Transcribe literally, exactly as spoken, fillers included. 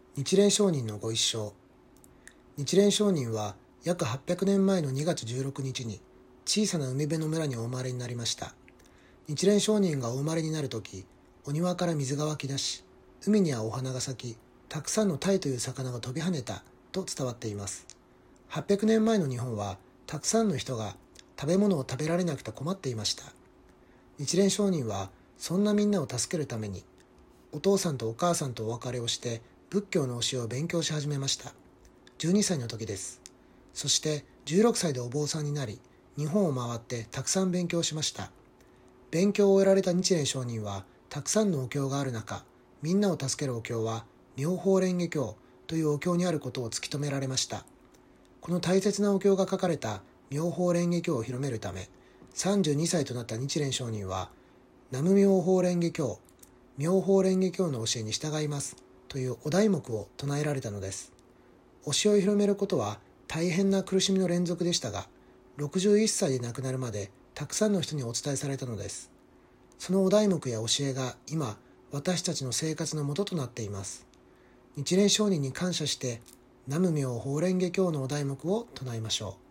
日蓮聖人のご一生。日蓮聖人は約はっぴゃくねんまえのにがつじゅうろくにちに小さな海辺の村にお生まれになりました。日蓮聖人がお生まれになるとき、お庭から水が湧き出し、海にはお花が咲き、たくさんの鯛という魚が飛び跳ねたと伝わっています。はっぴゃくねんまえの日本はたくさんの人が食べ物を食べられなくて困っていました。日蓮聖人はそんなみんなを助けるために、お父さんとお母さんとお別れをして仏教の教えを勉強し始めました。じゅうにさいの時です。そしてじゅうろくさいでお坊さんになり、日本を回ってたくさん勉強しました。勉強を終えられた日蓮聖人は、たくさんのお経がある中、みんなを助けるお経は妙法蓮華経というお経にあることを突き止められました。この大切なお経が書かれた妙法蓮華経を広めるため、さんじゅうにさいとなった日蓮聖人は、南無妙法蓮華経、妙法蓮華経の教えに従いますというお題目を唱えられたのです。教えを広めることは大変な苦しみの連続でしたが、ろくじゅういっさいで亡くなるまでたくさんの人にお伝えされたのです。そのお題目や教えが今、私たちの生活のもととなっています。日蓮聖人に感謝して、南無妙法蓮華経のお題目を唱えましょう。